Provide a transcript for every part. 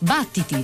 Battiti!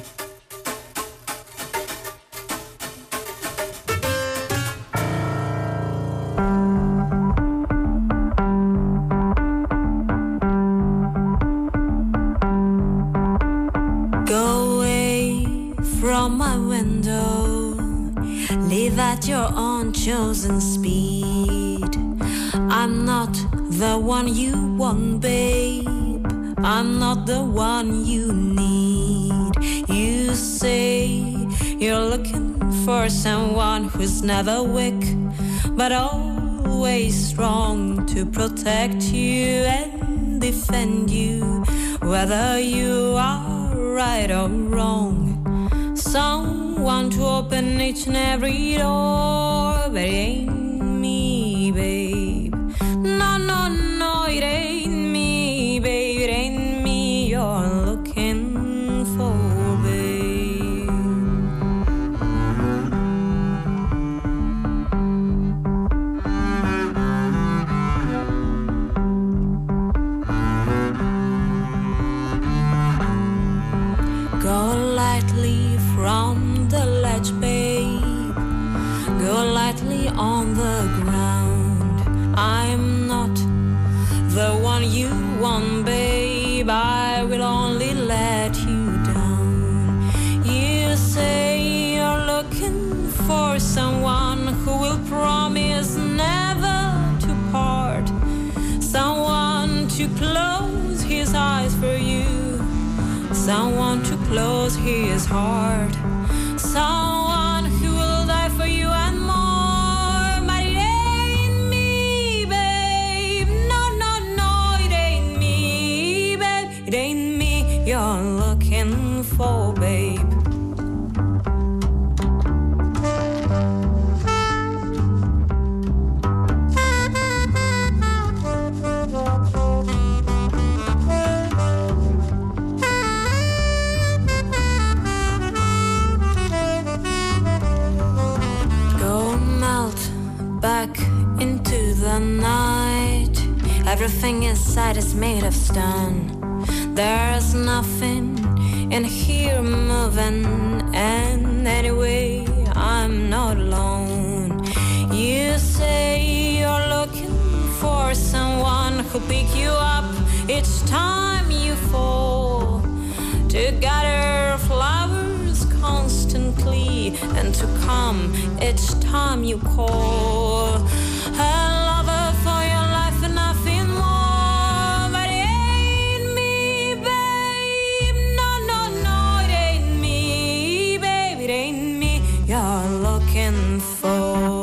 Go away from my window, live at your own chosen speed. I'm not the one you want, babe. I'm not the one you need. You say you're looking for someone who's never weak, but always strong to protect you and defend you, whether you are right or wrong. Someone to open each and every door, but it ain't me, babe. No, no, no, it ain't me, babe. It ain't me you're looking for, babe. Go lightly from the ledge, babe. Go lightly on the ground. I'm not the one you want, babe. I will only let you down. You say you're looking for someone who will promise never to part, someone to close his eyes for you, someone to close his heart, someone who will die for you and more. But it ain't me, babe. No, no, no, it ain't me, babe. It ain't me you're looking for, babe. Back into the night. Everything inside is made of stone. There's nothing in here moving, and anyway, I'm not alone. You say you're looking for someone who'll pick you up each time you fall, to gather flowers constantly and to come each time you call. A lover for your life and nothing more. But it ain't me, babe. No, no, no, it ain't me, babe. It ain't me you're looking for.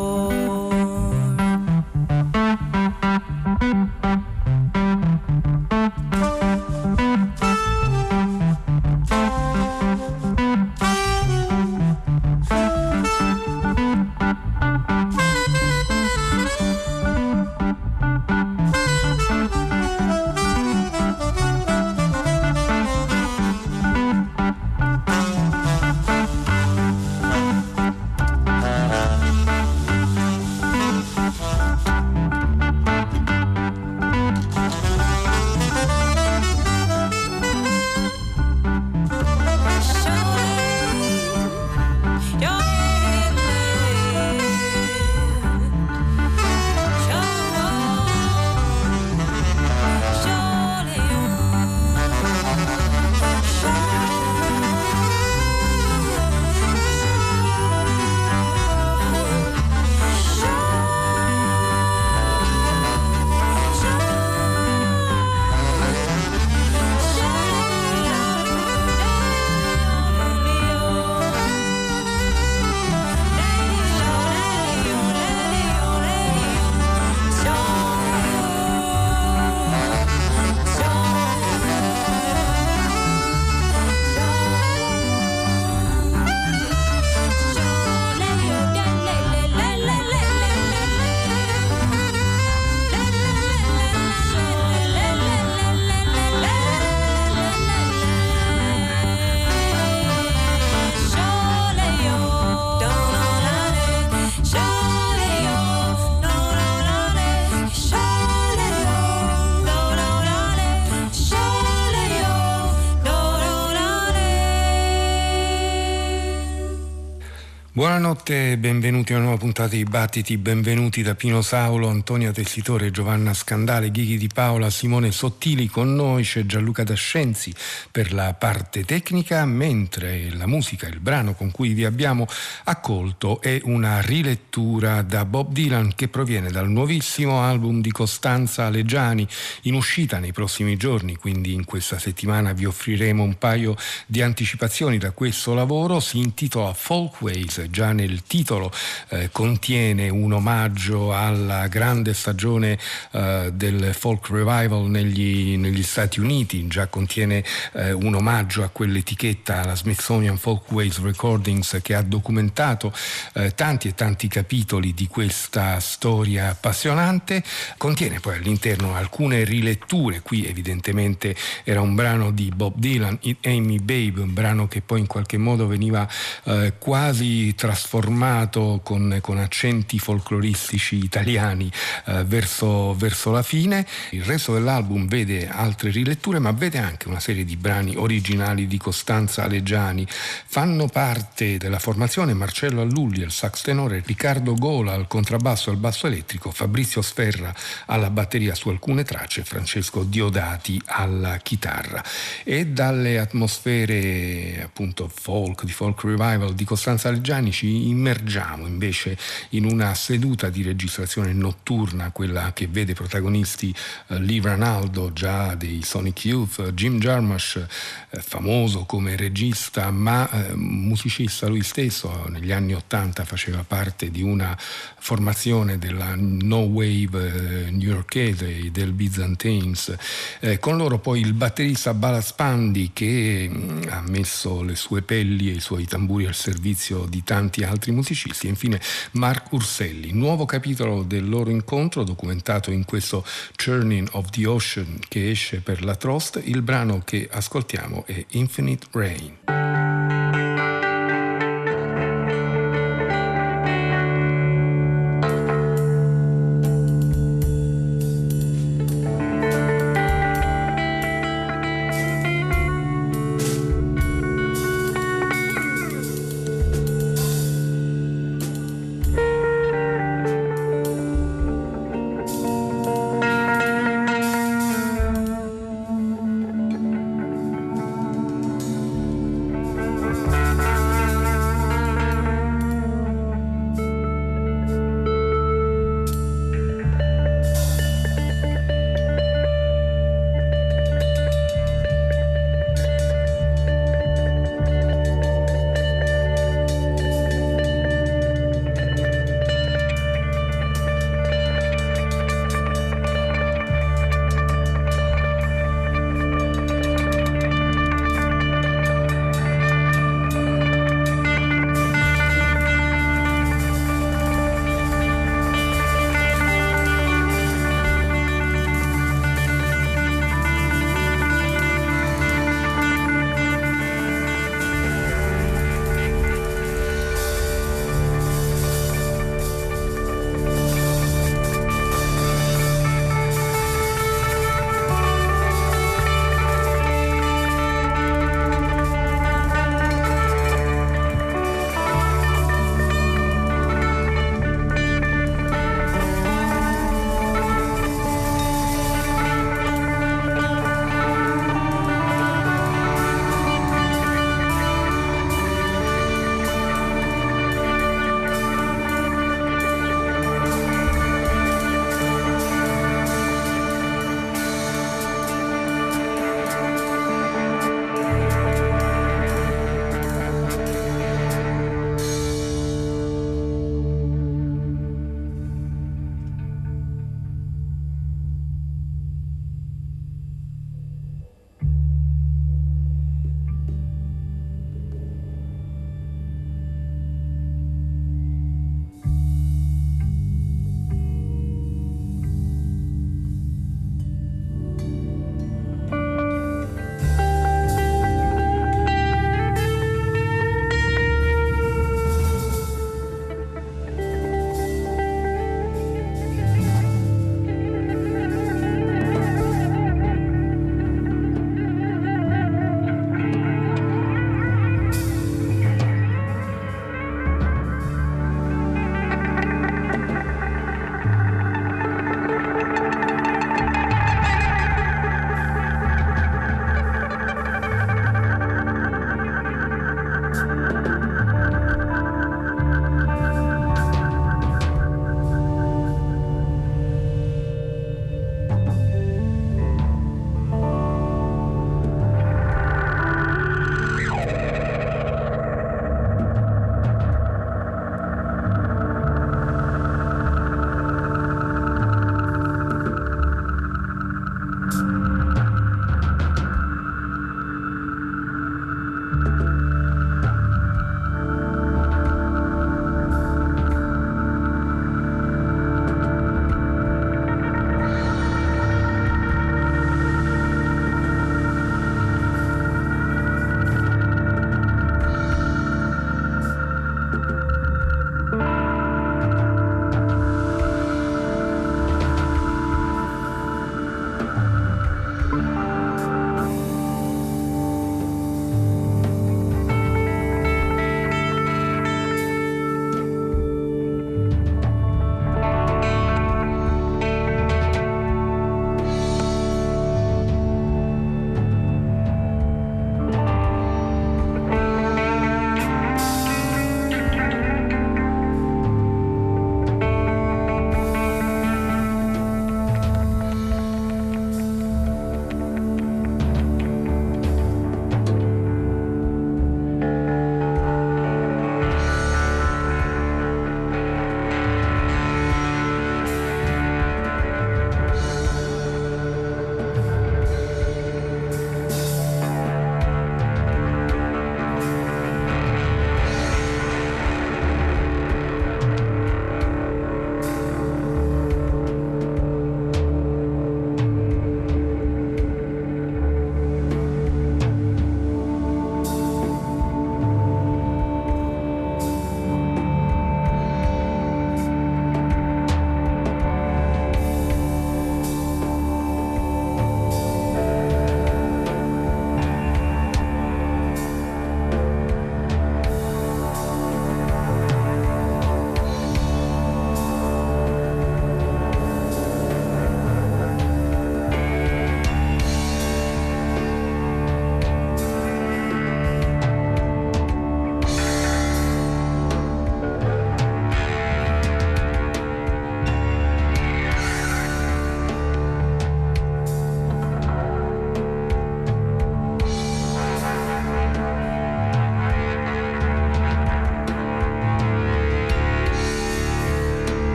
Buonanotte e benvenuti a una nuova puntata di Battiti, benvenuti da Pino Saulo, Antonia Tessitore, Giovanna Scandale, Ghighi Di Paola, Simone Sottili. Con noi c'è Gianluca Dascenzi per la parte tecnica, mentre la musica, il brano con cui vi abbiamo accolto è una rilettura da Bob Dylan che proviene dal nuovissimo album di Costanza Leggiani, in uscita nei prossimi giorni, quindi in questa settimana vi offriremo un paio di anticipazioni da questo lavoro. Si intitola Folkways. Già nel titolo contiene un omaggio alla grande stagione del folk revival negli Stati Uniti, già contiene un omaggio a quell'etichetta, alla Smithsonian Folkways Recordings, che ha documentato tanti e tanti capitoli di questa storia appassionante. Contiene poi all'interno alcune riletture. Qui evidentemente era un brano di Bob Dylan, Amy Babe, un brano che poi in qualche modo veniva quasi trasformato con accenti folcloristici italiani verso la fine. Il resto dell'album vede altre riletture, ma vede anche una serie di brani originali di Costanza Leggiani. Fanno parte della formazione Marcello Allulli al sax tenore, Riccardo Gola al contrabbasso e al basso elettrico, Fabrizio Sferra alla batteria su alcune tracce, Francesco Diodati alla chitarra. E dalle atmosfere appunto folk, di folk revival di Costanza Leggiani ci immergiamo invece in una seduta di registrazione notturna, quella che vede protagonisti Lee Ranaldo, già dei Sonic Youth, Jim Jarmusch, famoso come regista ma musicista lui stesso. Negli anni '80 faceva parte di una formazione della no wave newyorkese, del Byzantines. Con loro poi il batterista Bala Spandi, che ha messo le sue pelli e i suoi tamburi al servizio di tanti altri musicisti, e infine Mark Urselli. Nuovo capitolo del loro incontro documentato in questo Churning of the Ocean che esce per la Trost. Il brano che ascoltiamo è Infinite Rain.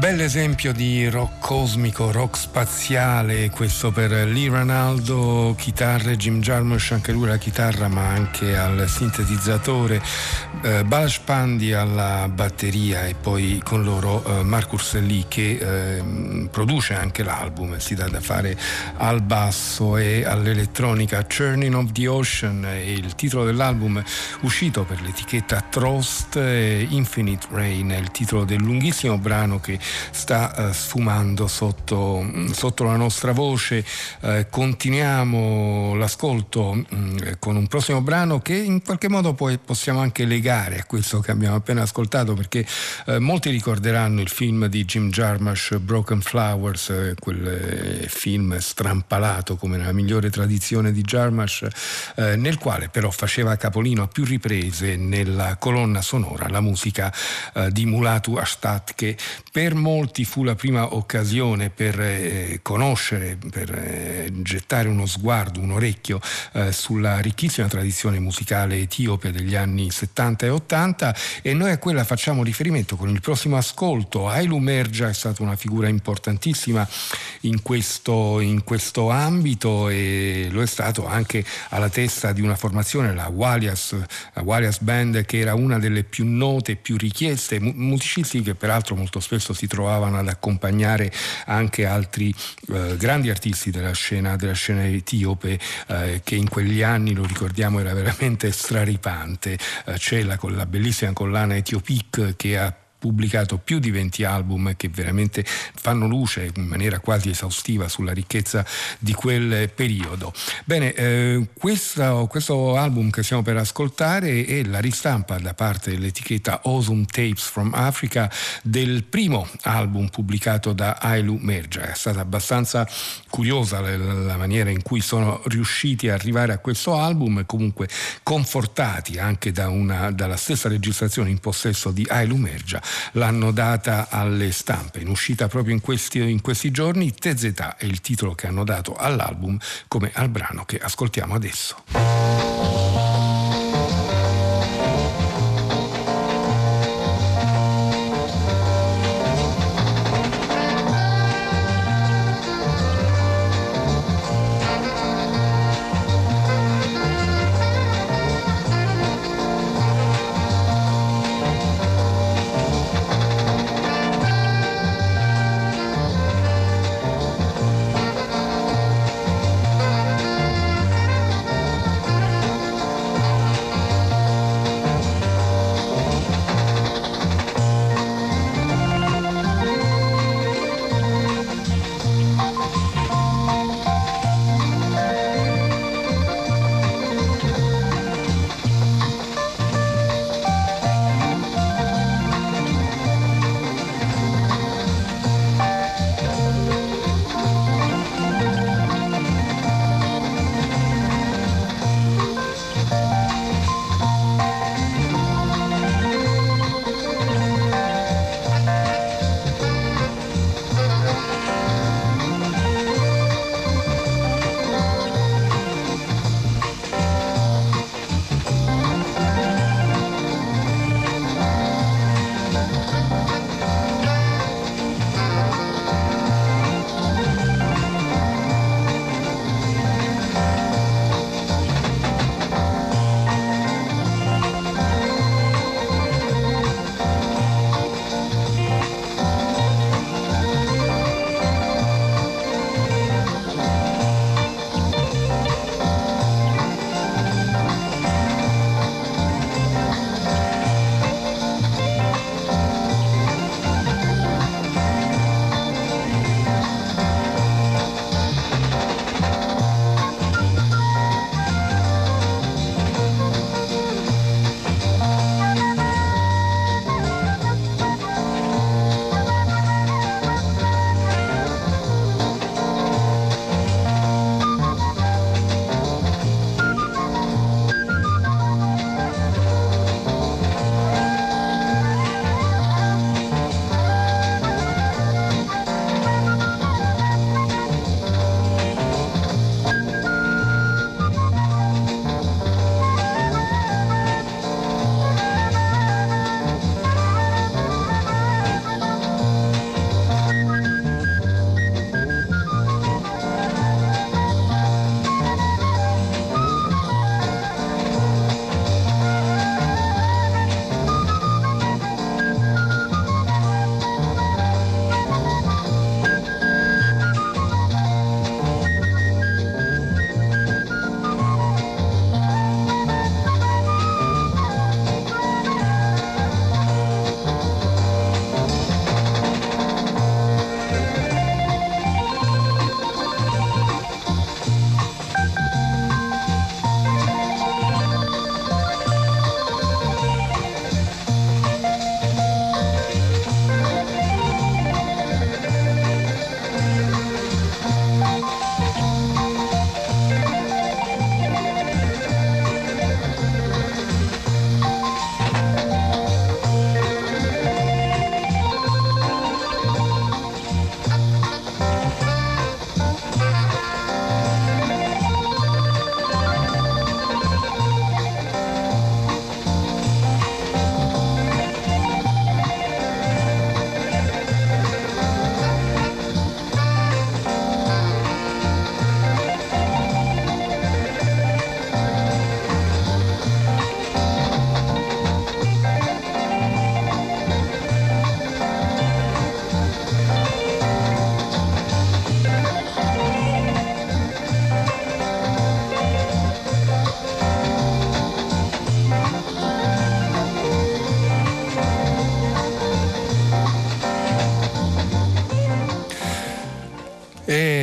Bell'esempio di rock cosmico, rock spaziale, questo per Lee Ranaldo, chitarre, Jim Jarmusch anche lui alla chitarra ma anche al sintetizzatore, Balazs Pandey alla batteria e poi con loro Marcus Lee che produce anche l'album, si dà da fare al basso e all'elettronica. Churning of the Ocean è il titolo dell'album uscito per l'etichetta Trost, Infinite Rain è il titolo del lunghissimo brano che sta sfumando sotto la nostra voce. Continuiamo l'ascolto con un prossimo brano che in qualche modo poi possiamo anche legare a questo che abbiamo appena ascoltato, perché molti ricorderanno il film di Jim Jarmusch, Broken Flowers, quel film strampalato come nella migliore tradizione di Jarmusch, nel quale però faceva capolino a più riprese nella colonna sonora la musica di Mulatu Ashtat, che per molti fu la prima occasione per conoscere, per gettare uno sguardo, un orecchio sulla ricchissima tradizione musicale etiope degli anni 70 e 80, e noi a quella facciamo riferimento con il prossimo ascolto. Hailu Merja è stata una figura importantissima in questo ambito e lo è stato anche alla testa di una formazione, la Walias Band, che era una delle più note, più richieste, musicisti che peraltro molto spesso si trovavano ad accompagnare anche altri grandi artisti della scena etiope, che in quegli anni, lo ricordiamo, era veramente straripante. C'è la bellissima collana Etiopic che ha pubblicato più di 20 album che veramente fanno luce in maniera quasi esaustiva sulla ricchezza di quel periodo. Bene, questo album che stiamo per ascoltare è la ristampa da parte dell'etichetta Awesome Tapes from Africa del primo album pubblicato da Hailu Merja. È stata abbastanza curiosa la maniera in cui sono riusciti a arrivare a questo album, comunque confortati anche dalla stessa registrazione in possesso di Hailu Merja. L'hanno data alle stampe, in uscita proprio in questi giorni. Tezeta è il titolo che hanno dato all'album, come al brano che ascoltiamo adesso.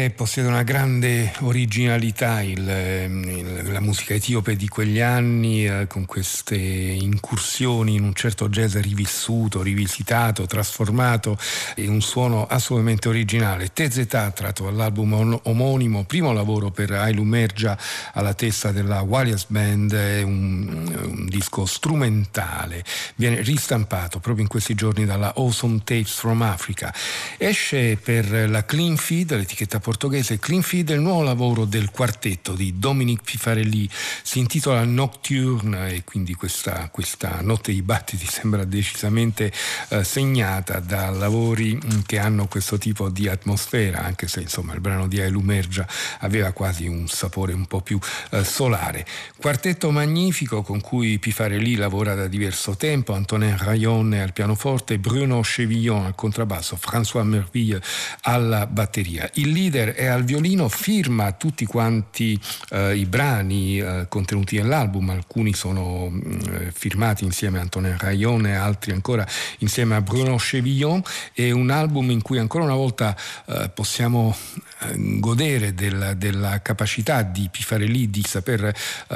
possiede una grande originalità la musica etiope di quegli anni, con queste incursioni in un certo jazz rivissuto, rivisitato, trasformato, e un suono assolutamente originale. Tezeta, tratto dall'album omonimo, primo lavoro per Ailu Merja alla testa della Walias Band, è un disco strumentale, viene ristampato proprio in questi giorni dalla Awesome Tapes from Africa. Esce per la Clean Feed, l'etichetta portoghese Clean Feed, il nuovo lavoro del quartetto di Dominique Pifarelli, si intitola Nocturne, e quindi questa notte di battiti sembra decisamente segnata da lavori che hanno questo tipo di atmosfera, anche se insomma il brano di Ailu Merja aveva quasi un sapore un po' più solare. Quartetto magnifico con cui Pifarelli lavora da diverso tempo: Antonin Rayonne al pianoforte, Bruno Chevillon al contrabbasso, François Merville alla batteria. Il leader è al violino, firma tutti quanti i brani contenuti nell'album, alcuni sono firmati insieme a Antonin Rayonne, altri ancora insieme a Bruno Chevillon. È un album in cui ancora una volta possiamo godere della capacità di Pifarelli di saper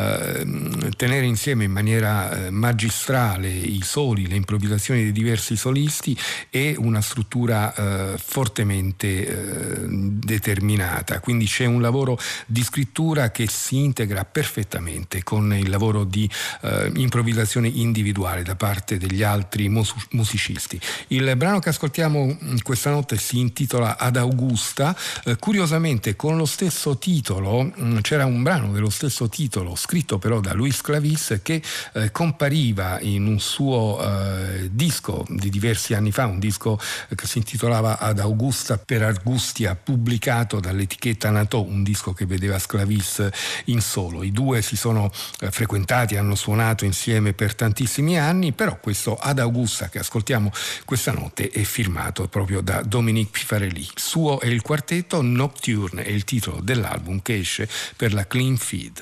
tenere insieme in maniera magistrale i soli, le improvvisazioni dei diversi solisti, e una struttura fortemente determinata. Quindi c'è un lavoro di scrittura che si integra perfettamente con il lavoro di improvvisazione individuale da parte degli altri musicisti. Il brano che ascoltiamo questa notte si intitola Ad Augusta. Curiosamente con lo stesso titolo c'era un brano dello stesso titolo scritto però da Luis Clavis, che compariva in un suo disco di diversi anni fa, un disco che si intitolava Ad Augusta per Argustia, pubblicato dall'etichetta Natò, un disco che vedeva Clavis in solo. I due si sono frequentati, hanno suonato insieme per tantissimi anni, però questo Ad Augusta che ascoltiamo questa notte è firmato proprio da Dominique Pifarelli. Suo è il quartetto, Nocturne è il titolo dell'album che esce per la Clean Feed.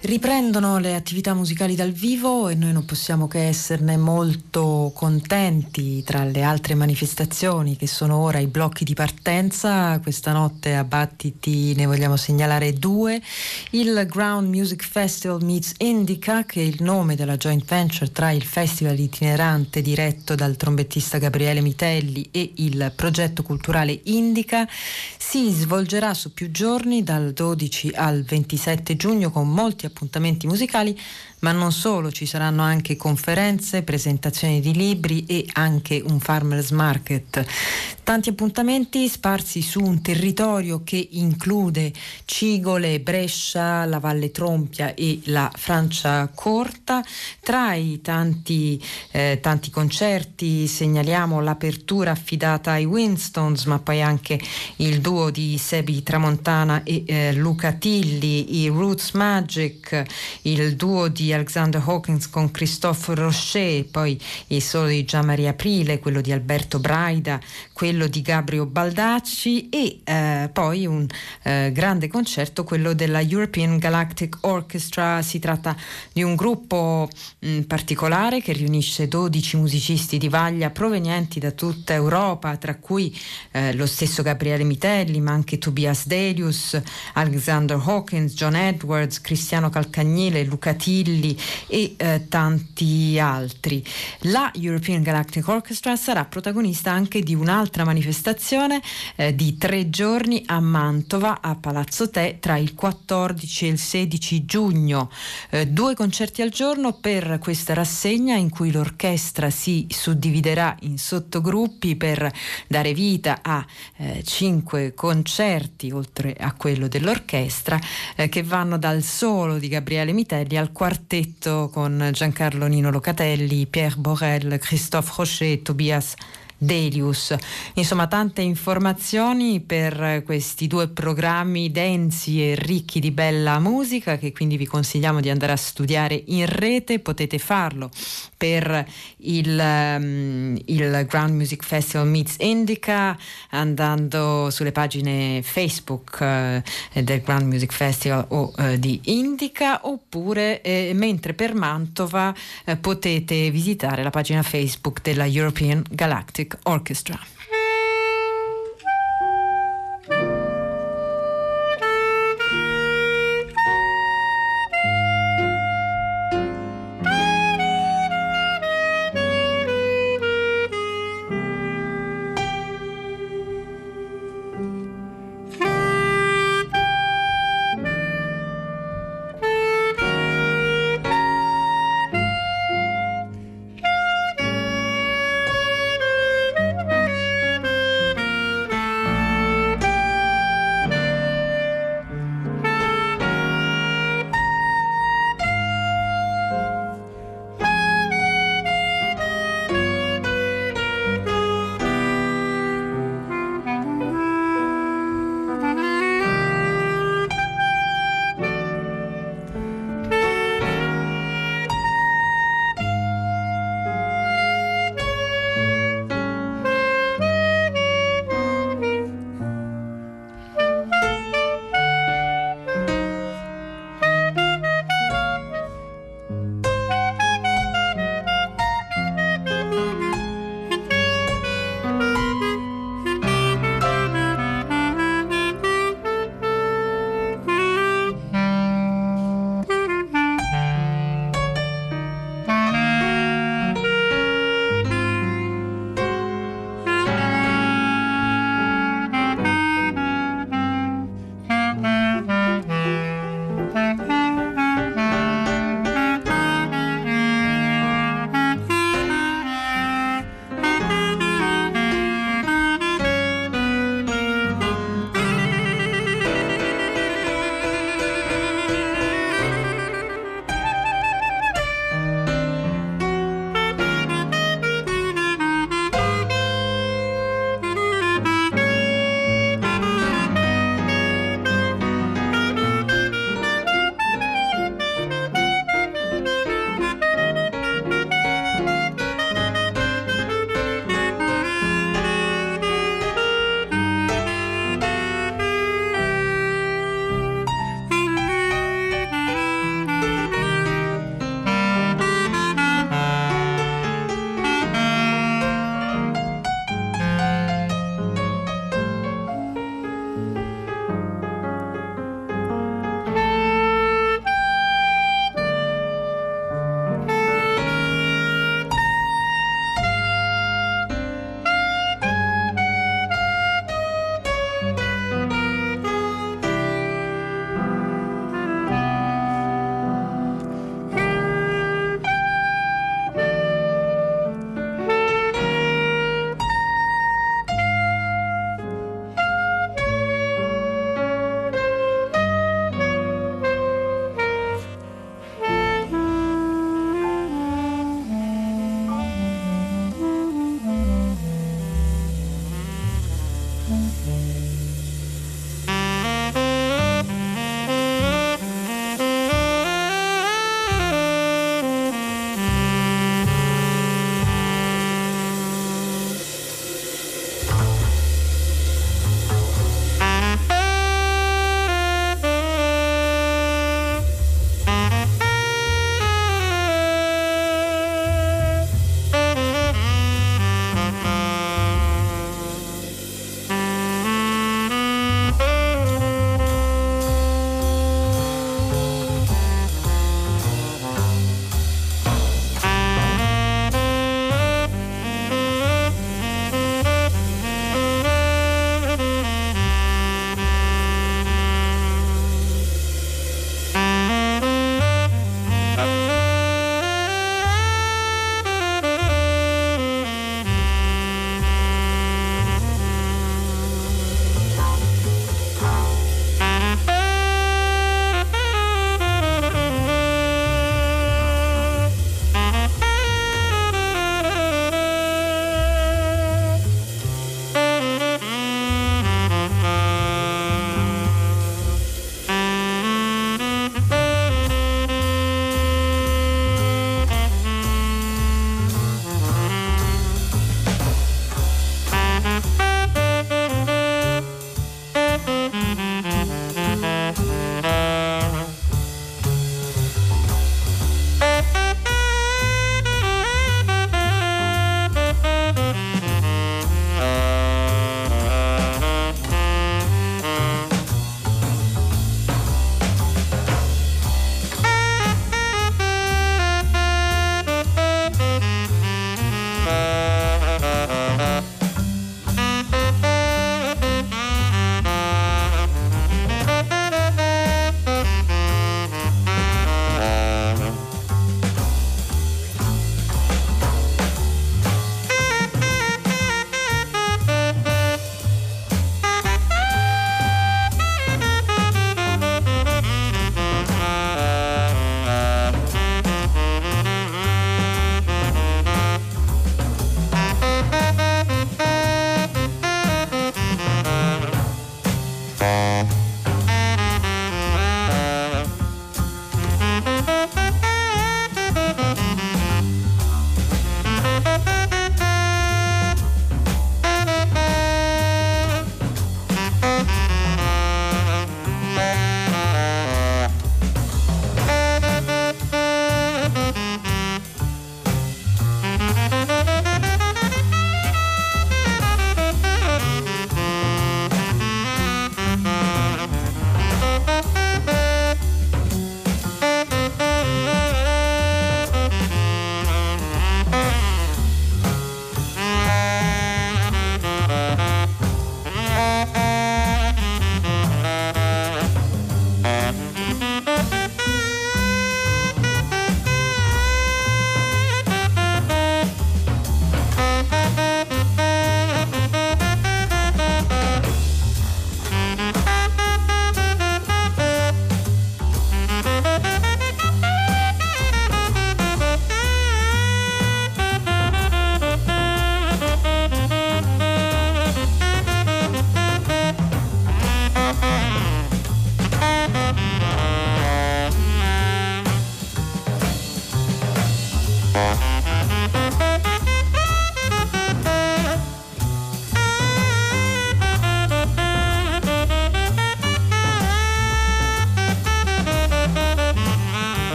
Riprendono le attività musicali dal vivo e noi non possiamo che esserne molto contenti. Tra le altre manifestazioni che sono ora i blocchi di partenza, questa notte a Battiti ne vogliamo segnalare due: il Ground Music Festival Meets Indica, che è il nome della joint venture tra il festival itinerante diretto dal trombettista Gabriele Mitelli e il progetto culturale Indica. Si svolgerà su più giorni, dal 12 al 27 giugno, con molti appuntamenti musicali, ma non solo, ci saranno anche conferenze, presentazioni di libri e anche un farmers market. Tanti appuntamenti sparsi su un territorio che include Cigole, Brescia, la Valle Trompia e la Franciacorta. Tra i tanti concerti segnaliamo l'apertura affidata ai Winstons, ma poi anche il duo di Sebi Tramontana e Luca Tilli, i Roots Magic, il duo di Alexander Hawkins con Christophe Rocher, poi il solo di Gian Maria Aprile, quello di Alberto Braida, quello di Gabriel Baldacci e poi un grande concerto, quello della European Galactic Orchestra. Si tratta di un gruppo particolare che riunisce 12 musicisti di vaglia provenienti da tutta Europa, tra cui lo stesso Gabriele Mitelli, ma anche Tobias Delius, Alexander Hawkins, John Edwards, Cristiano Calcagnile, Luca Tilli e tanti altri. La European Galactic Orchestra sarà protagonista anche di un'altra manifestazione di 3 giorni a Mantova, a Palazzo Te, tra il 14 e il 16 giugno. 2 concerti al giorno per questa rassegna, in cui l'orchestra si suddividerà in sottogruppi per dare vita a 5 concerti, oltre a quello dell'orchestra, che vanno dal solo di Gabriele Mitelli al quartetto con Giancarlo Nino Locatelli, Pierre Borel, Christophe Rocher, Tobias Delius. Insomma, tante informazioni per questi 2 programmi densi e ricchi di bella musica, che quindi vi consigliamo di andare a studiare in rete. Potete farlo per il Ground Music Festival Meets Indica andando sulle pagine Facebook del Ground Music Festival o di Indica, oppure mentre per Mantova potete visitare la pagina Facebook della European Galactic Orchestra.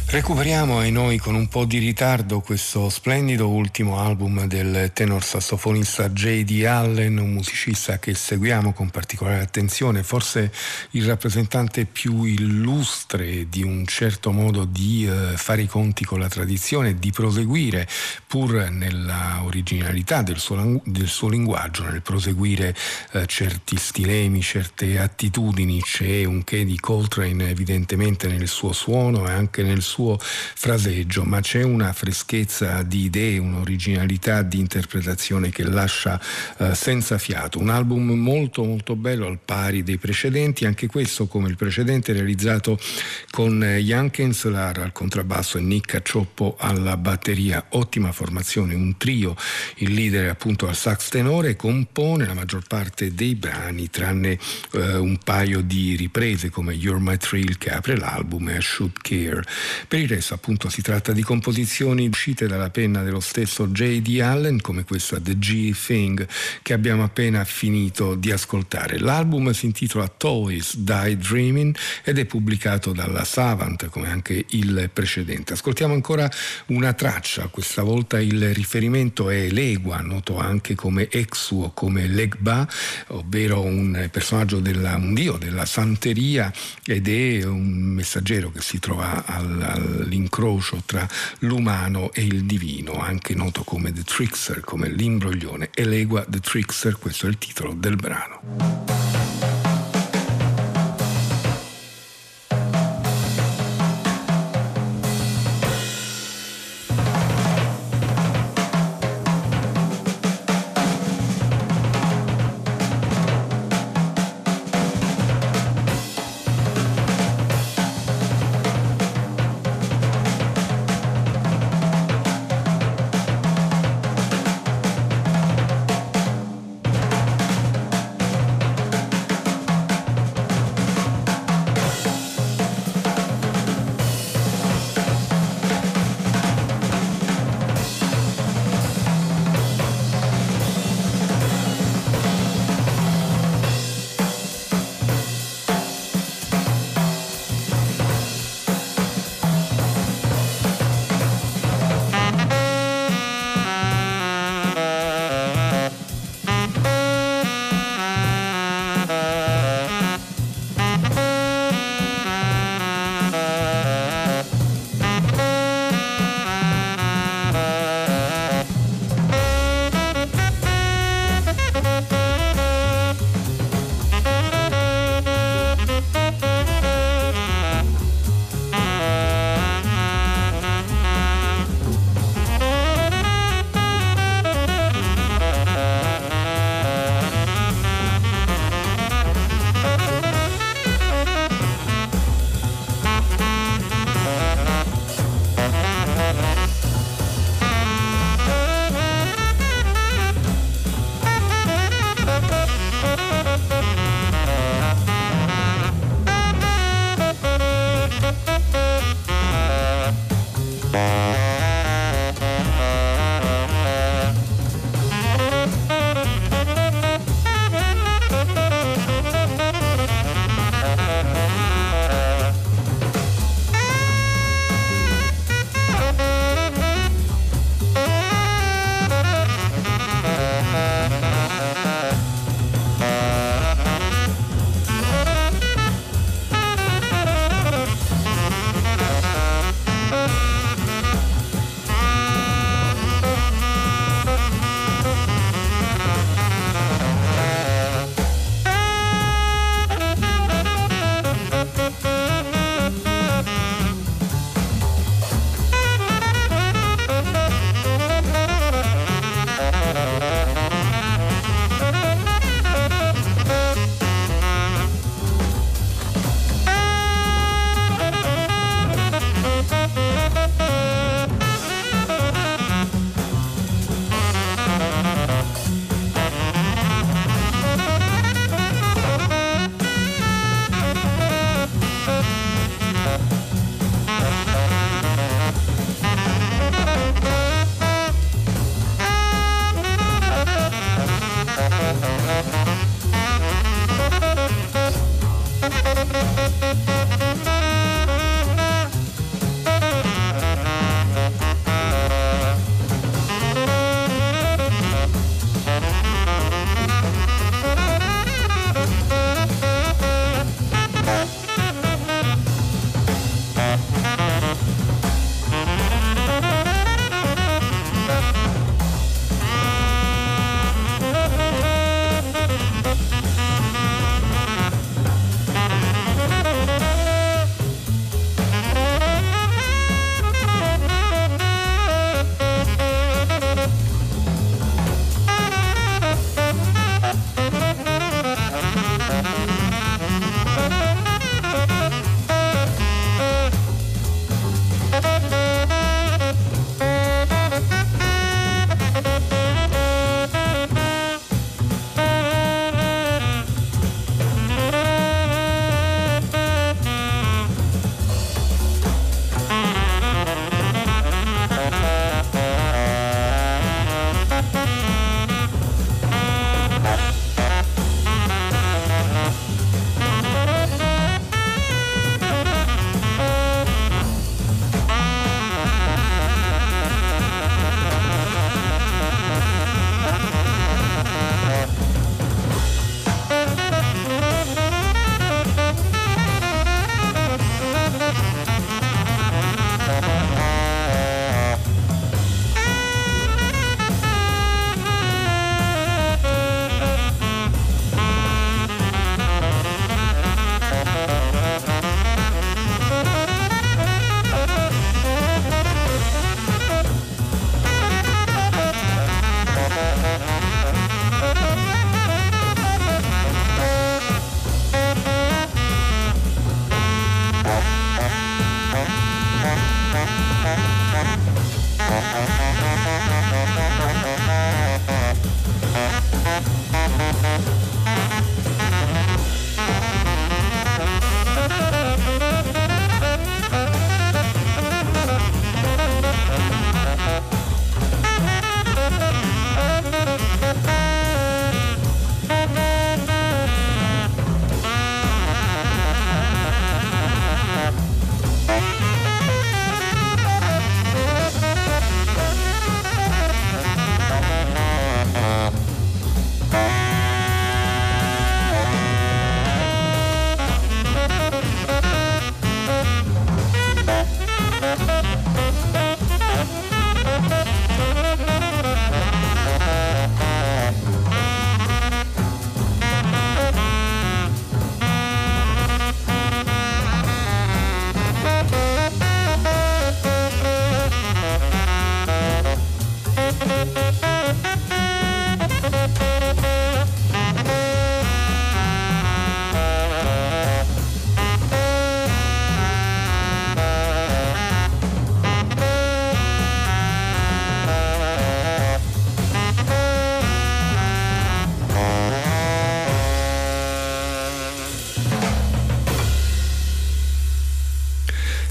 Recuperiamo ai noi con un po' di ritardo questo splendido ultimo album del tenor sassofonista J.D. Allen, un musicista che seguiamo con particolare attenzione, forse il rappresentante più illustre di un certo modo di fare i conti con la tradizione, di proseguire pur nella originalità del suo linguaggio, nel proseguire certi stilemi, certe attitudini. C'è un che di Coltrane evidentemente nel suo suono e anche nel suo fraseggio, ma c'è una freschezza di idee, un'originalità di interpretazione che lascia senza fiato. Un album molto molto bello, al pari dei precedenti, anche questo come il precedente realizzato con Jan Kenselaar al contrabbasso e Nick Cacioppo alla batteria. Ottima formazione, un trio. Il leader è appunto al sax tenore, compone la maggior parte dei brani tranne un paio di riprese come You're My Thrill che apre l'album e I Should Care. Per il resto appunto si tratta di composizioni uscite dalla penna dello stesso J.D. Allen, come questa The G Thing che abbiamo appena finito di ascoltare. L'album si intitola Toys Die Dreaming ed è pubblicato dalla Savant come anche il precedente. Ascoltiamo ancora una traccia, questa volta il riferimento è Legua, noto anche come Exu o come Legba, ovvero un personaggio un dio della santeria, ed è un messaggero che si trova all'incrocio tra l'umano e il divino, anche noto come The Trickster, come l'imbroglione. Elegua The Trickster, questo è il titolo del brano.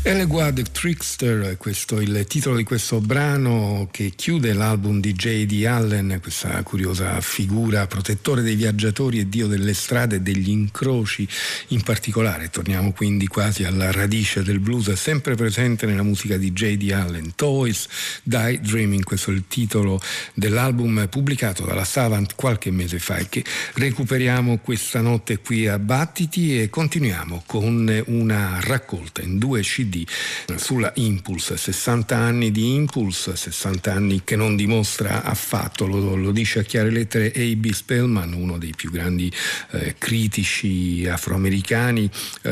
Elegua the Trickster, questo è il titolo di questo brano che chiude l'album di J.D. Allen, questa curiosa figura protettore dei viaggiatori e dio delle strade e degli incroci in particolare. Torniamo quindi quasi alla radice del blues, sempre presente nella musica di J.D. Allen. Toys Die Dreaming, questo è il titolo dell'album pubblicato dalla Savant qualche mese fa e che recuperiamo questa notte qui a Battiti, e continuiamo con una raccolta in 2 CD sulla Impulse. 60 anni di Impulse, 60 anni che non dimostra affatto, lo dice a chiare lettere A.B. Spellman, uno dei più grandi critici afroamericani,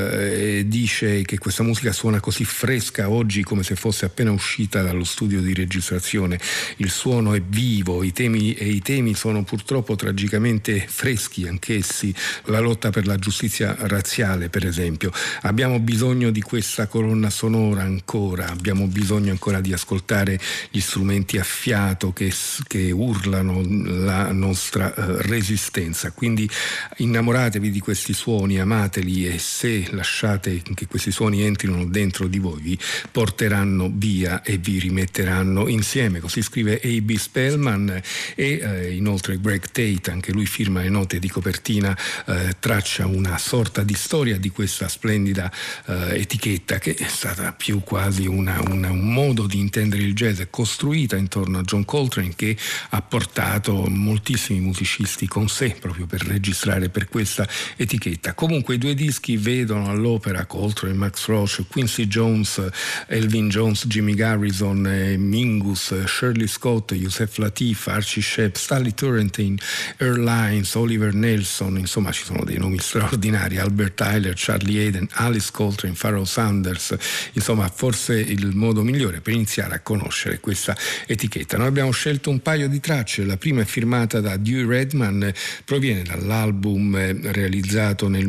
dice che questa musica suona così fresca oggi come se fosse appena uscita dallo studio di registrazione. Il suono è vivo, i temi sono purtroppo tragicamente freschi anch'essi, la lotta per la giustizia razziale per esempio. Abbiamo bisogno di questa colonna sonora ancora, abbiamo bisogno ancora di ascoltare gli strumenti a fiato che urlano la nostra resistenza, quindi innamoratevi di questi suoni, amateli, e se lasciate che questi suoni entrino dentro di voi vi porteranno via e vi rimetteranno insieme. Così scrive A.B. Spellman, e inoltre Greg Tate, anche lui firma le note di copertina, traccia una sorta di storia di questa splendida etichetta che è stata più quasi un modo di intendere il jazz, costruita intorno a John Coltrane, che ha portato moltissimi musicisti con sé proprio per registrare per questa etichetta. Comunque i 2 dischi vedono all'opera Coltrane, Max Roach, Quincy Jones, Elvin Jones, Jimmy Garrison, Mingus, Shirley Scott, Yusef Lateef, Archie Shepp, Stanley Turrentine, Earl Hines, Oliver Nelson, insomma ci sono dei nomi straordinari, Albert Tyler, Charlie Hayden, Alice Coltrane, Pharoah Sanders, insomma forse il modo migliore per iniziare a conoscere questa etichetta. Noi abbiamo scelto un paio di tracce, la prima è firmata da Dewey Redman, proviene dall'album realizzato nel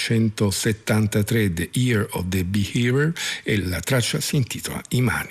1973, The Year of the Beheaver, e la traccia si intitola I Mani.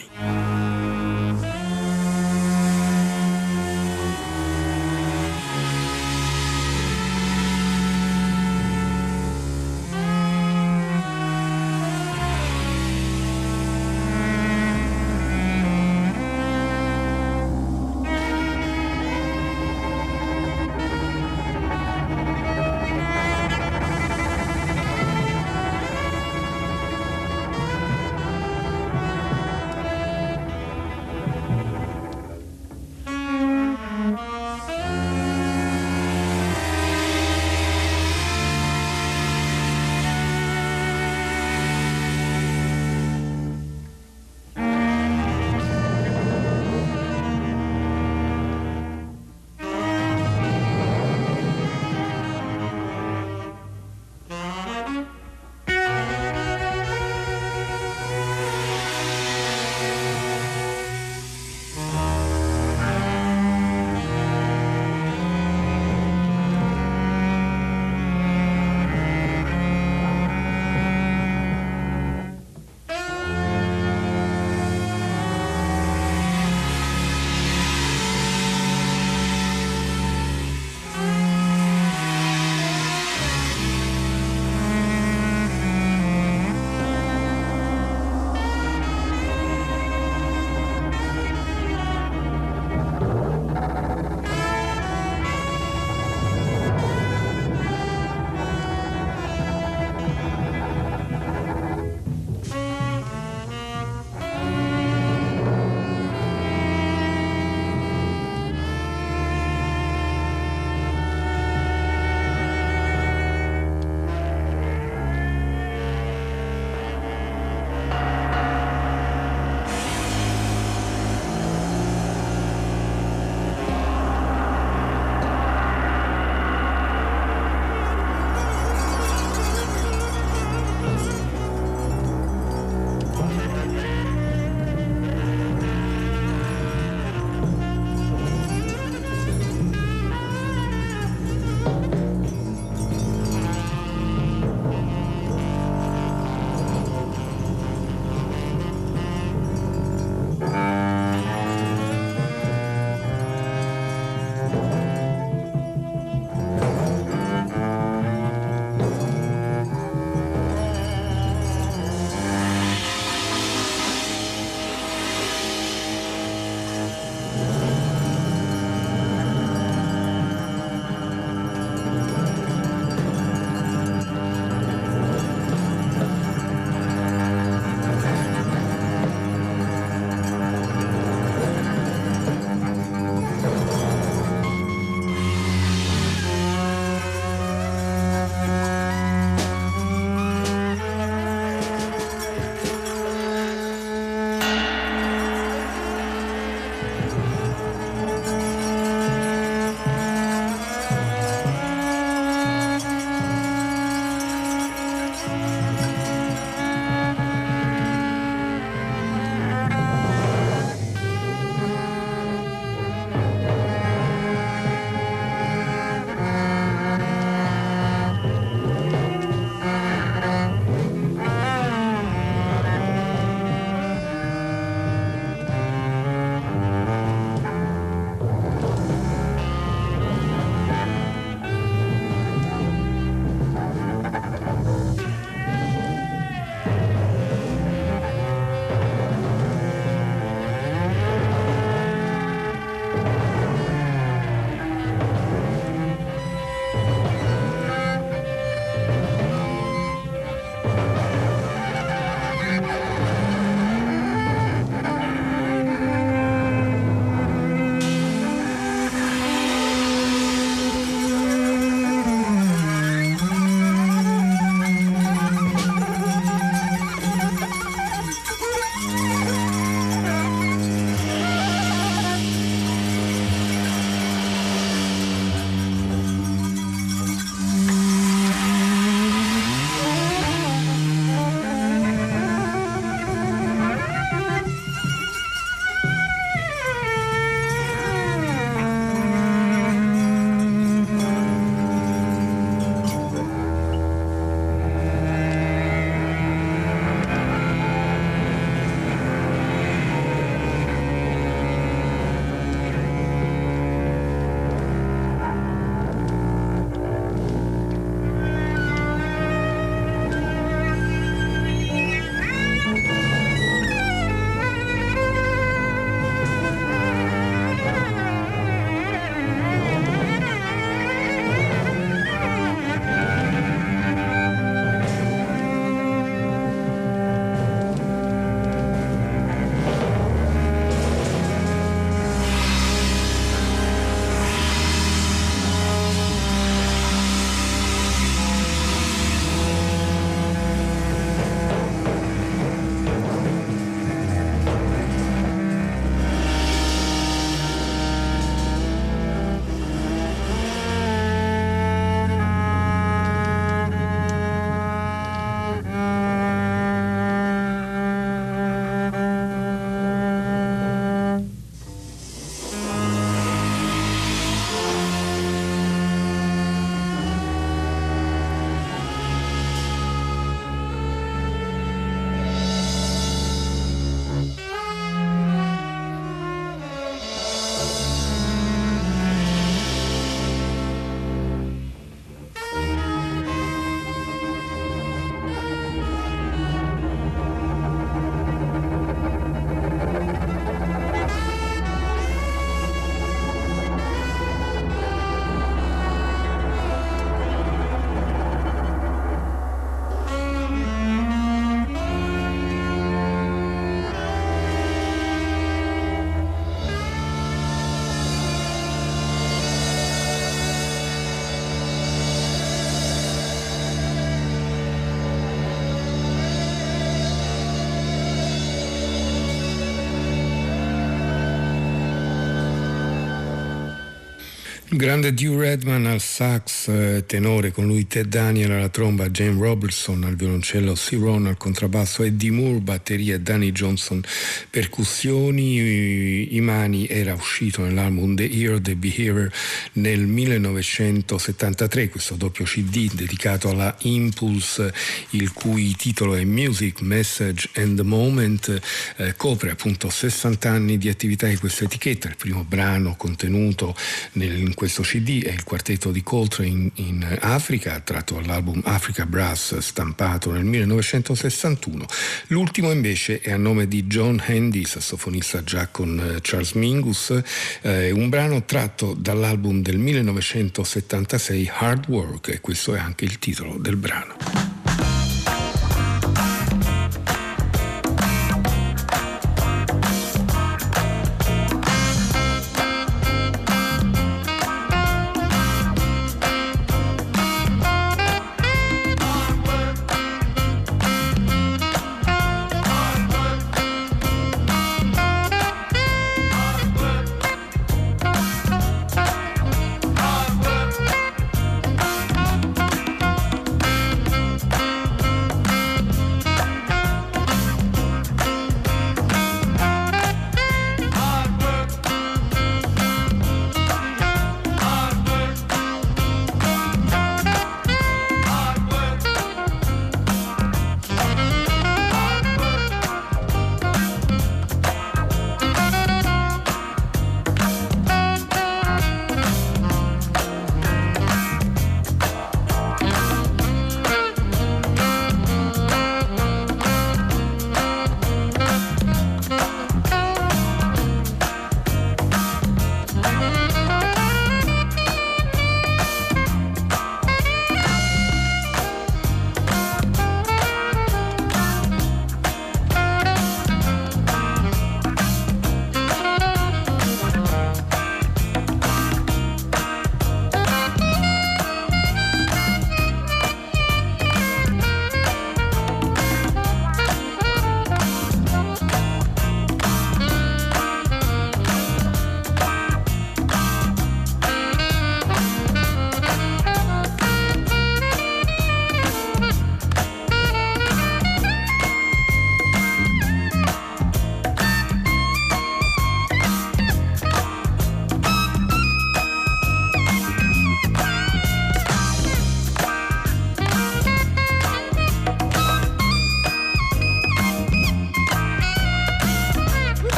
Grande Dew Redman al sax tenore, con lui Ted Daniel alla tromba, Jane Robertson al violoncello, C. Ron al contrabbasso, Eddie Moore batteria e Danny Johnson percussioni. Imani era uscito nell'album The Ear, The Behavior nel 1973, questo doppio CD dedicato alla Impulse, il cui titolo è Music, Message and the Moment, copre appunto 60 anni di attività di questa etichetta. Il primo brano contenuto in questo CD è il quartetto di Coltrane in Africa, tratto dall'album Africa Brass stampato nel 1961. L'ultimo invece è a nome di John Handy, sassofonista già con Charles Mingus, un brano tratto dall'album del 1976 Hard Work, e questo è anche il titolo del brano.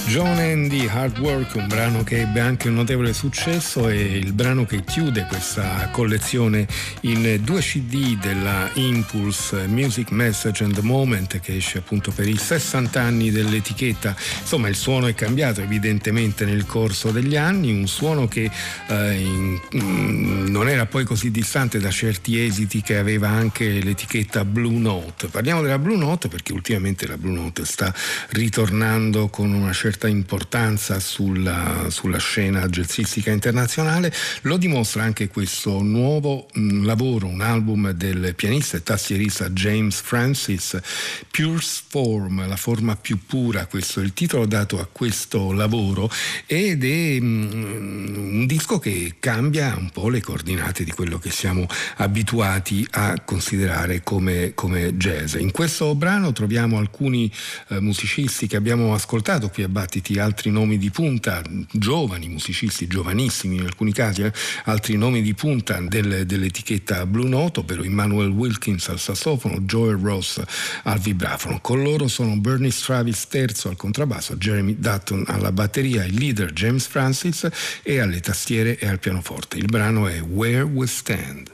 John Andy, Hard Work, un brano che ebbe anche un notevole successo, e il brano che chiude questa collezione in 2 CD della Impulse, Music Message and the Moment, che esce appunto per i 60 anni dell'etichetta. Insomma, il suono è cambiato evidentemente nel corso degli anni, un suono che non era poi così distante da certi esiti che aveva anche l'etichetta Blue Note. Parliamo della Blue Note perché ultimamente la Blue Note sta ritornando con una certa importanza sulla scena jazzistica internazionale. Lo dimostra anche questo nuovo lavoro, un album del pianista e tastierista James Francis, Purest Form, la forma più pura. Questo è il titolo dato a questo lavoro, ed è un disco che cambia un po' le coordinate di quello che siamo abituati a considerare come jazz. In questo brano troviamo alcuni musicisti che abbiamo ascoltato qui a Battiti, altri nomi di punta, giovani musicisti, giovanissimi in alcuni casi, altri nomi di punta dell'etichetta Blue Note, ovvero Emmanuel Wilkins al sassofono, Joel Ross al vibrafono. Con loro sono Bernie Travis terzo al contrabbasso, Jeremy Dutton alla batteria, il leader James Francis e alle tastiere e al pianoforte. Il brano è Where We Stand.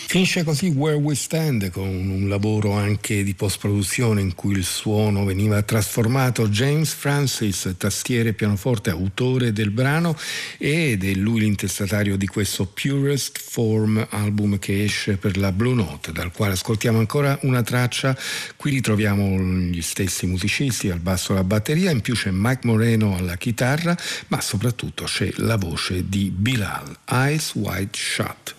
Finisce così Where We Stand, con un lavoro anche di post-produzione in cui il suono veniva trasformato. James Francis, tastiere e pianoforte, autore del brano, ed è lui l'intestatario di questo Purest Form album che esce per la Blue Note, dal quale ascoltiamo ancora una traccia. Qui ritroviamo gli stessi musicisti al basso e alla batteria, in più c'è Mike Moreno alla chitarra, ma soprattutto c'è la voce di Bilal, Eyes Wide Shut.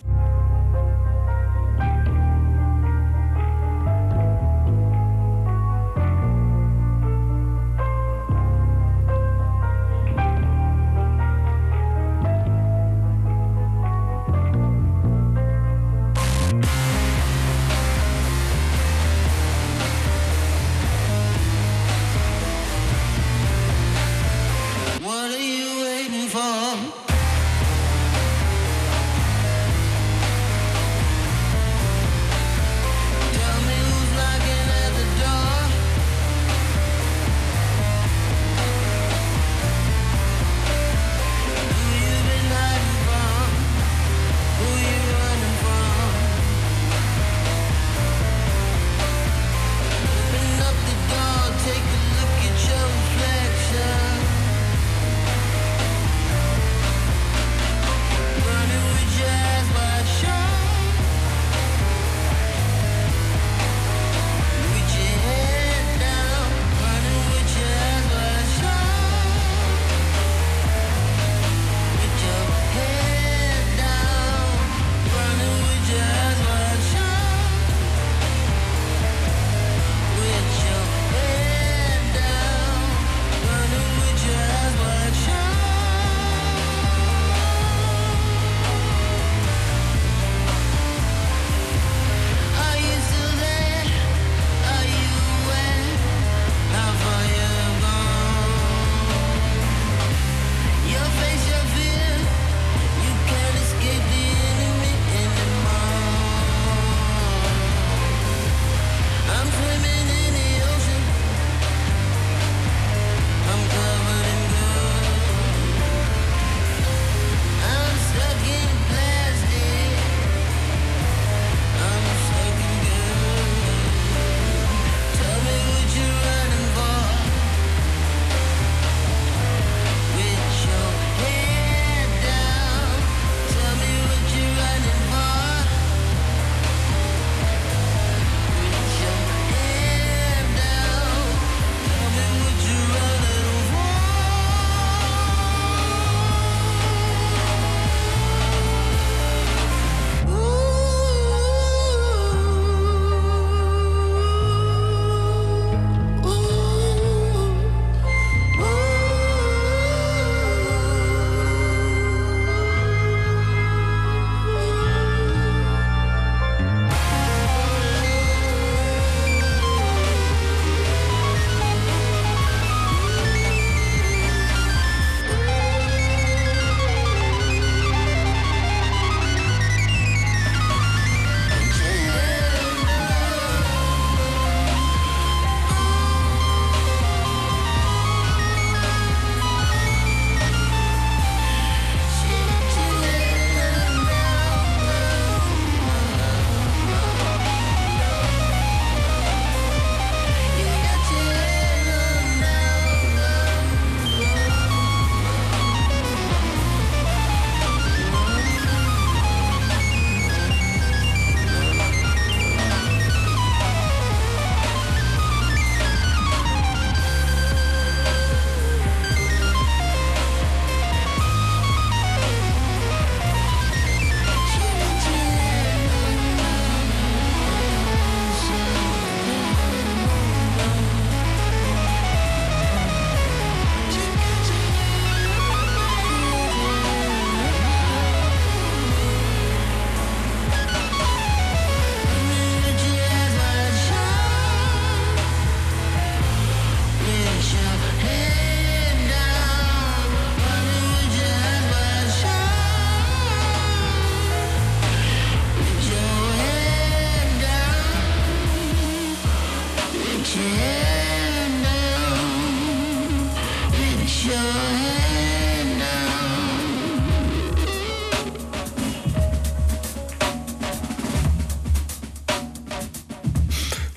What are you waiting for?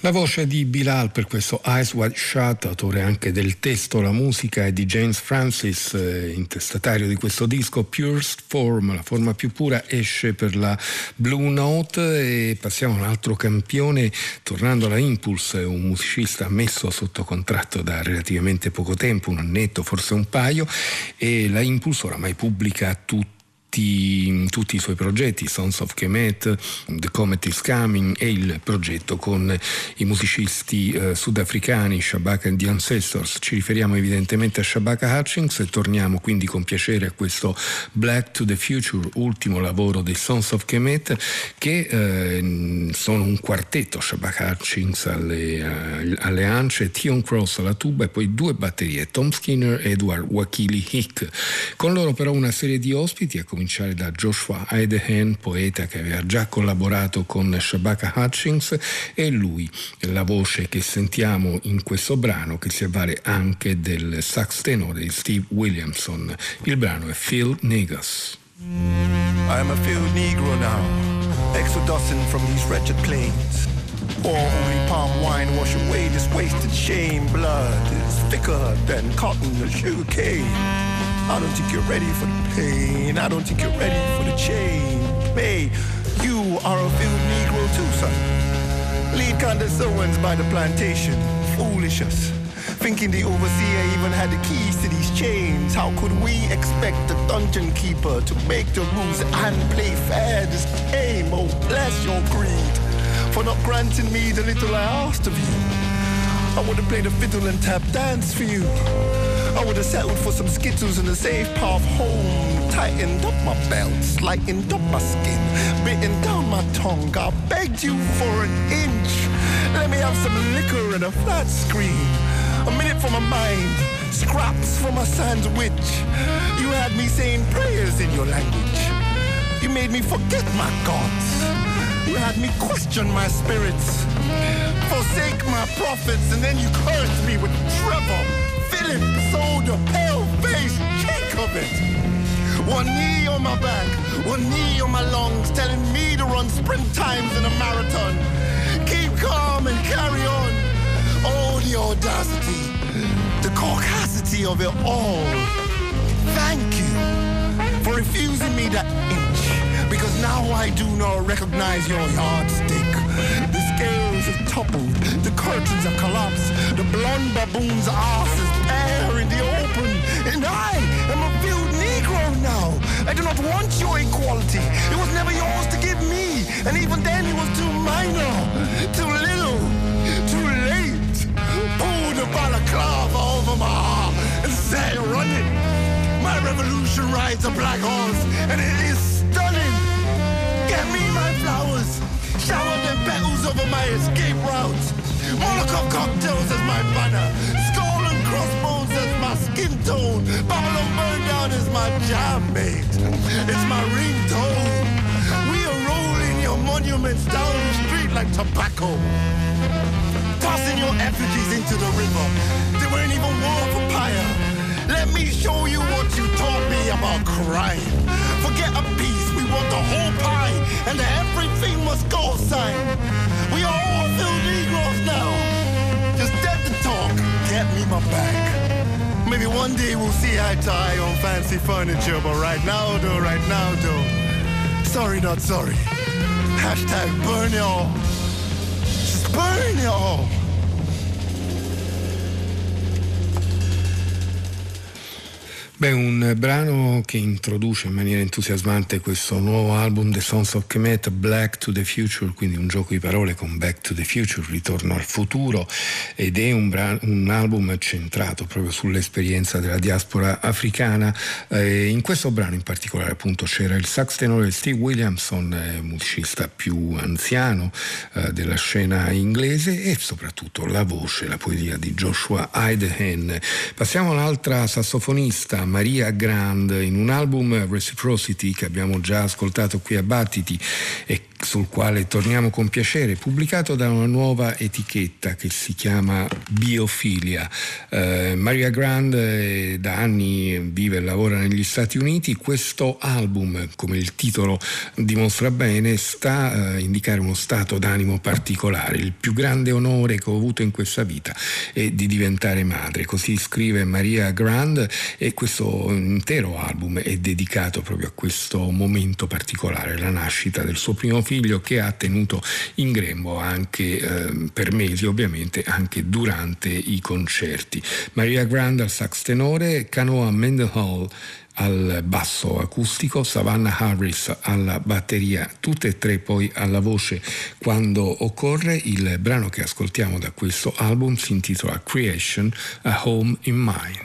La voce di Bilal per questo Eyes Wide Shut, autore anche del testo, la musica è di James Francis, intestatario di questo disco. Purest Form, la forma più pura, esce per la Blue Note. E passiamo a un altro campione, tornando alla Impulse, un musicista messo sotto contratto da relativamente poco tempo, un annetto, forse un paio, e la Impulse oramai pubblica tutti i suoi progetti, Sons of Kemet, The Comet is Coming e il progetto con i musicisti sudafricani Shabaka and the Ancestors. Ci riferiamo evidentemente a Shabaka Hutchings e torniamo quindi con piacere a questo Black to the Future, ultimo lavoro dei Sons of Kemet, che sono un quartetto, Shabaka Hutchings alle ance, Tion Cross alla tuba e poi due batterie, Tom Skinner e Edward Wakili Hick. Con loro però una serie di ospiti, a cominciare da Joshua Aidehan, poeta che aveva già collaborato con Shabaka Hutchings, e lui la voce che sentiamo in questo brano, che si avvale anche del sax tenore di Steve Williamson. Il brano è Phil Negus. I am a field Negro now, exodusing from these wretched plains. Pour only palm wine wash away this wasted shame. Blood is thicker than cotton or sugar cane. I don't think you're ready for the pain. I don't think you're ready for the change. Hey, you are a field Negro too, son. Lead condescendants by the plantation. Foolishness. Thinking the overseer even had the keys to these chains. How could we expect the dungeon keeper to make the rules and play fair this game? Oh, bless your greed for not granting me the little I asked of you. I would have played a fiddle and tap dance for you. I would have settled for some Skittles and a safe path home. Tightened up my belt, lightened up my skin, bitten down my tongue. I begged you for an inch. Let me have some liquor and a flat screen. A minute for my mind, scraps for my sandwich. You had me saying prayers in your language. You made me forget my gods. You had me question my spirits, forsake my prophets, and then you cursed me with Trevor, Philip, Soda, pale-faced Jacobit. One knee on my back, one knee on my lungs, telling me to run sprint times in a marathon. Keep calm and carry on. Oh, the audacity, the caucasity of it all. Thank you for refusing me that inch, because now I do not recognize your yardstick. The scales have toppled, the curtains have collapsed, the blonde baboon's ass is bare in the open, and I am a field Negro now. I do not want your equality. It was never yours to give me, and even then it was too minor, too little, too late. Pull the balaclava over my heart and say run it. My revolution rides a black horse, and it is stunning. Get me my flowers, shower them petals over my escape routes. Molotov cocktails as my banner, skull and crossbones as my skin tone. Babylon burn down as my jam mate. It's my ringtone. We are rolling your monuments down the street like tobacco, tossing your effigies into the river. They weren't even war for pyre. Let me show you what you taught me about crime. Forget a piece, we want the whole pie, and everything must go sign. We are all field Negroes now. Just dead to talk, get me my bag. Maybe one day we'll see eye to eye on fancy furniture, but right now though, sorry not sorry. Hashtag burn it all. Just burn it all. Beh, un brano che introduce in maniera entusiasmante questo nuovo album The Sons of Kemet, Black to the Future, quindi un gioco di parole con Back to the Future, ritorno al futuro, ed è un album centrato proprio sull'esperienza della diaspora africana. In questo brano in particolare appunto c'era il sax tenore Steve Williamson, musicista più anziano della scena inglese, e soprattutto la voce, la poesia di Joshua Aidehan. Passiamo all'altra sassofonista, Maria Grand, in un album Reciprocity che abbiamo già ascoltato qui a Battiti e sul quale torniamo con piacere, pubblicato da una nuova etichetta che si chiama Biophilia. Maria Grande da anni vive e lavora negli Stati Uniti. Questo album, come il titolo dimostra bene, sta a indicare uno stato d'animo particolare. Il più grande onore che ho avuto in questa vita è di diventare madre, così scrive Maria Grande, e questo intero album è dedicato proprio a questo momento particolare, la nascita del suo primo figlio, che ha tenuto in grembo anche per mesi, ovviamente anche durante i concerti. Maria Grande al sax tenore, Canoa Mendenhall al basso acustico, Savannah Harris alla batteria, tutte e tre poi alla voce quando occorre. Il brano che ascoltiamo da questo album si intitola Creation, A Home in Mind.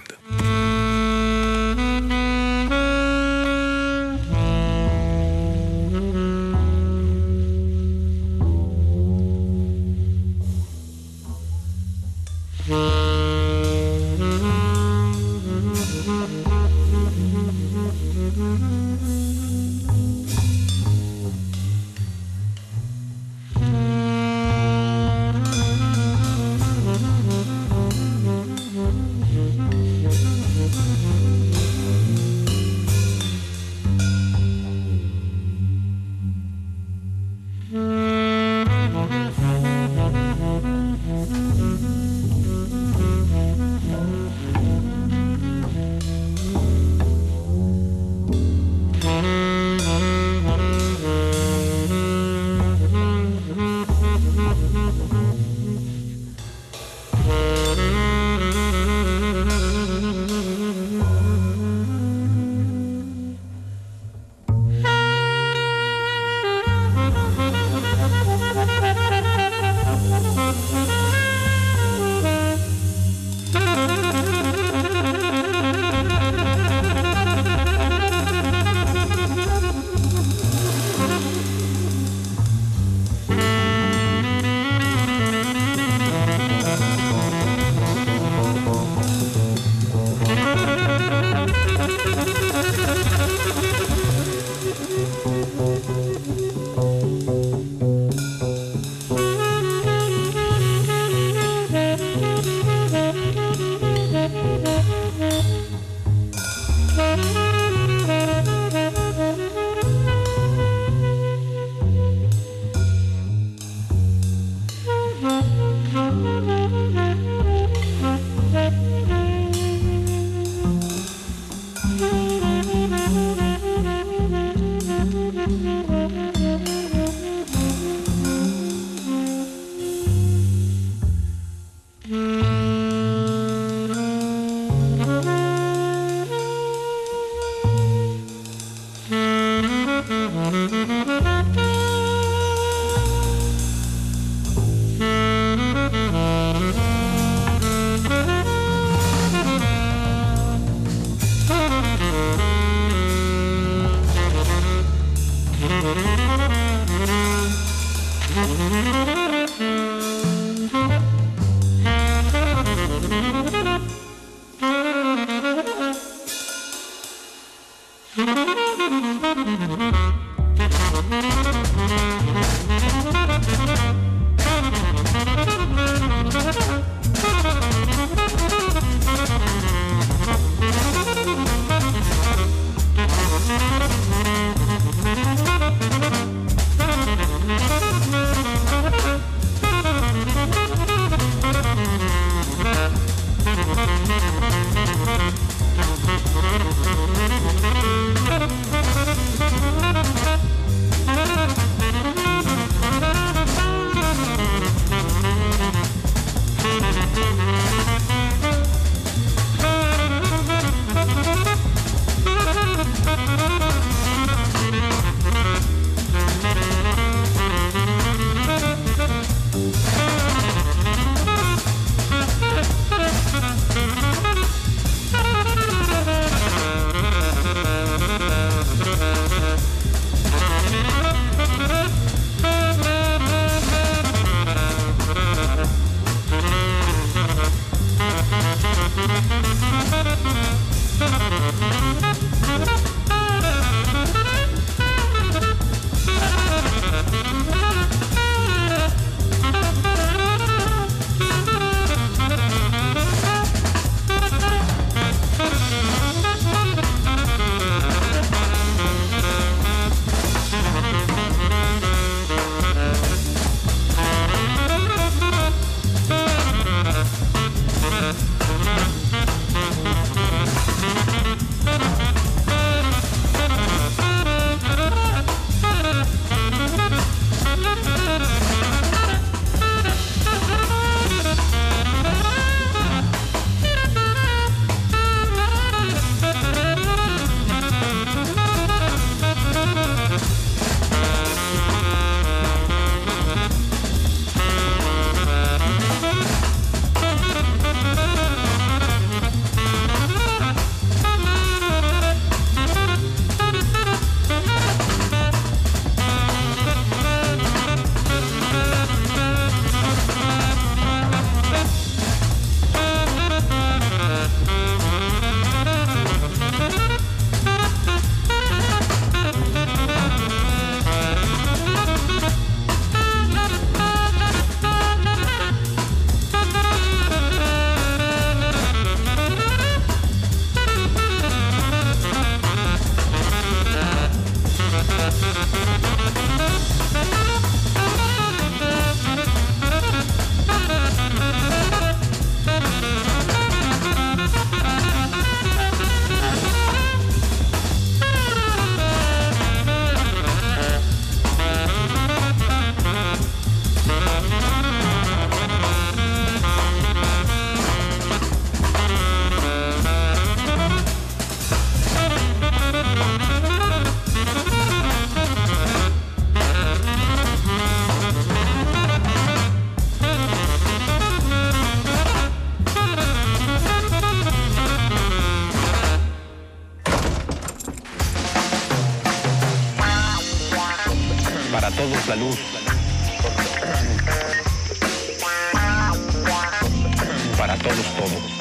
todos la luz. Para todos todo.